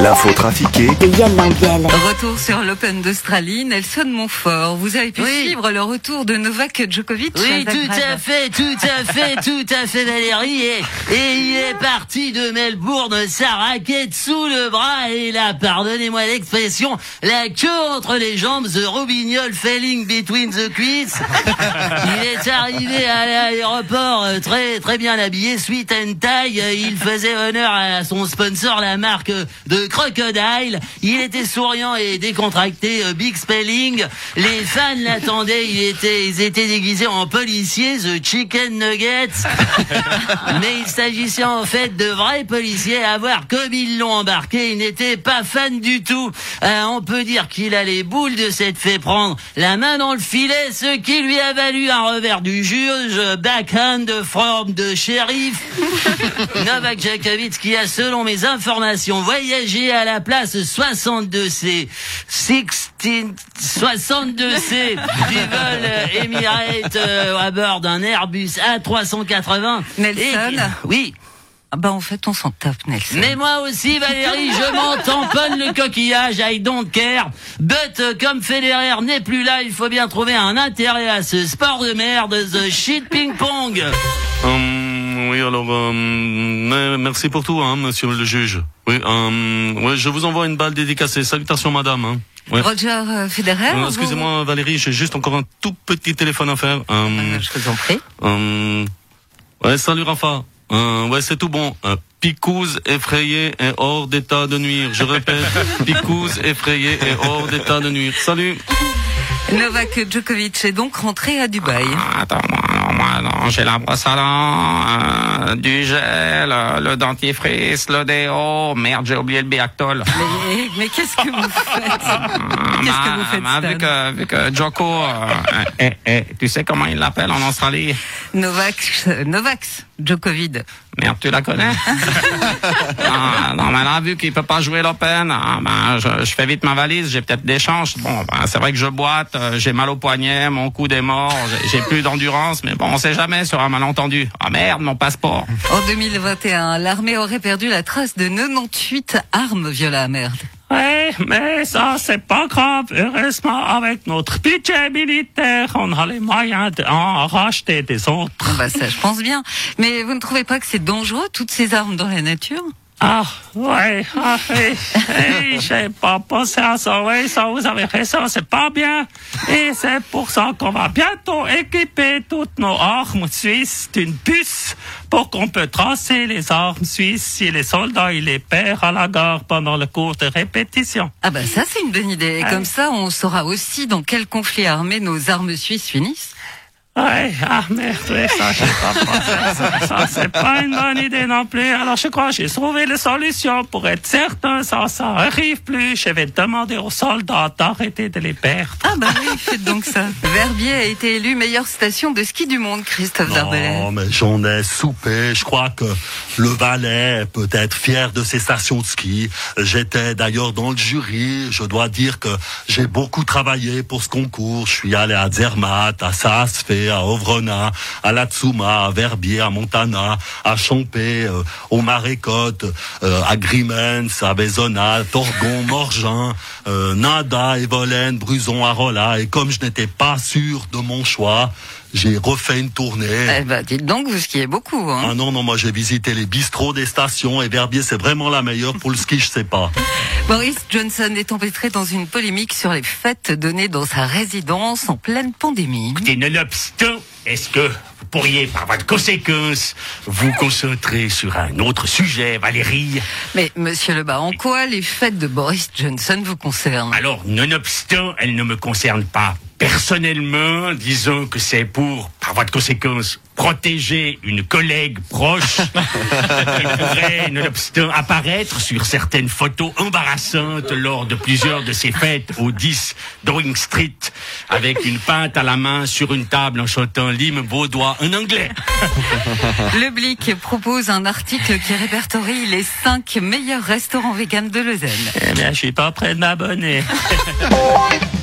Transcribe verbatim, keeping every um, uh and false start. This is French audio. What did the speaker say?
L'info trafiquée de Yann Lambiel. Retour sur l'Open d'Australie, Nelson Montfort. Vous avez pu oui. suivre le retour de Novak Djokovic. Oui, tout à fait, tout à fait, tout à fait, Valérie. Et, et il est parti de Melbourne, sa raquette sous le bras et là, pardonnez-moi l'expression, la queue entre les jambes, the robignol falling between the cuisses. Il est arrivé à l'aéroport très très bien habillé, sweet and tie. Il faisait honneur à son sponsor, la marque de Crocodile. Il était souriant et décontracté, big spelling. Les fans l'attendaient, il était, ils étaient déguisés en policiers, the chicken nuggets. Mais il s'agissait en fait de vrais policiers. À voir comme ils l'ont embarqué, il n'était pas fan du tout. Euh, on peut dire qu'il a les boules de s'être fait prendre la main dans le filet, ce qui lui a valu un revers du juge, backhand from de shérif. Novak Djokovic qui a, selon mes informations, voyagé à la place soixante-deux C, soixante-deux C du vol Emirates euh, à bord d'un Airbus A trois cent quatre-vingts. Nelson. Et, oui. Ah bah en fait on s'en tape, Nelson. Mais moi aussi, Valérie, je m'en tamponne le coquillage, I don't care. But euh, comme Federer n'est plus là, il faut bien trouver un intérêt à ce sport de merde, the shit ping-pong. Um, oui, alors, euh, merci pour tout, hein, monsieur le juge. Oui, euh, ouais, je vous envoie une balle dédicacée. Salutations, madame. Hein. Ouais. Roger Federer. Euh, excusez-moi, vous... Valérie, j'ai juste encore un tout petit téléphone à faire. Euh, euh, je vous en prie. Euh, ouais, salut Rafa. Euh, ouais, c'est tout bon. Euh, Picouse effrayée et hors d'état de nuire. Je répète, Picouse effrayée et hors d'état de nuire. Salut. Novak Djokovic est donc rentré à Dubaï. Ah, attends, moi, moi, non, j'ai la brosse à dents, euh, du gel, euh, le dentifrice, le déo. Merde, j'ai oublié le Biactol. Mais, mais qu'est-ce que vous faites Qu'est-ce que vous faites, ma, Stan vu que, vu que Djoko, euh, eh, eh, tu sais comment il l'appelle en Australie? Novak, Novak Djokovic. Merde, tu la connais? non, non, mais là, vu qu'il peut pas jouer l'Open, ah, ben, je, je fais vite ma valise, j'ai peut-être des chances. Bon, ben, c'est vrai que je boite, euh, j'ai mal au poignet, mon coude est mort, j'ai, j'ai plus d'endurance, mais bon, on sait jamais sur un malentendu. Ah merde, mon passeport. En deux mille vingt et un, l'armée aurait perdu la trace de quatre-vingt-dix-huit armes viola, merde. Ouais, mais ça, c'est pas grave. Heureusement, avec notre budget militaire, on a les moyens d'en racheter des autres. Ah bah ça, je pense bien. Mais vous ne trouvez pas que c'est dangereux, toutes ces armes dans la nature? Ah, ouais, ah, oui, oui, j'ai pas pensé à ça, oui, ça, vous avez raison, c'est pas bien. Et c'est pour ça qu'on va bientôt équiper toutes nos armes suisses d'une puce pour qu'on peut tracer les armes suisses si les soldats, ils les perdent à la gare pendant le cours de répétition. Ah bah ça, c'est une bonne idée. Et ouais. Comme ça, on saura aussi dans quel conflit armé nos armes suisses finissent. Ouais, ah merde, ouais, ça, j'ai pas pensé à ça. Ça, c'est pas une bonne idée non plus. Alors, je crois que j'ai trouvé la solution pour être certain, ça, ça arrive plus. Je vais demander aux soldats d'arrêter de les perdre. Ah bah oui, faites donc ça. Verbier a été élu meilleure station de ski du monde, Christophe Darbellet. Non, mais j'en ai soupé. Je crois que le Valais peut être fier de ses stations de ski. J'étais d'ailleurs dans le jury. Je dois dire que j'ai beaucoup travaillé pour ce concours. Je suis allé à Zermatt, à Saasfee, à Ovrona, à Latsuma, à Verbier, à Montana, à Champé, euh, au Marécotte, euh, à Grimmens, à Bézona, Torgon, Morgin, euh, Nada, Evolène, Bruson, Arola. Et comme je n'étais pas sûr de mon choix, j'ai refait une tournée. Eh ben, dites donc, vous skiez beaucoup, hein. Ah non, non, moi j'ai visité les bistrots des stations et Verbier c'est vraiment la meilleure. Pour le ski, je sais pas. Boris Johnson est empêtré dans une polémique sur les fêtes données dans sa résidence en pleine pandémie. Écoutez, nonobstant, est-ce que vous pourriez, par voie de conséquence, vous concentrer sur un autre sujet, Valérie? Mais, monsieur Lebas, en quoi les fêtes de Boris Johnson vous concernent? Alors, nonobstant, elles ne me concernent pas personnellement. Disons que c'est pour, par voie de conséquence, protéger une collègue proche qui pourrait, nonobstant, apparaître sur certaines photos embarrassantes lors de plusieurs de ses fêtes au dix Downing Street, avec une pinte à la main sur une table en chantant l'hymne vaudois en anglais. Le Blick propose un article qui répertorie les cinq meilleurs restaurants véganes de Lausanne. Eh bien, je suis pas prêt de m'abonner.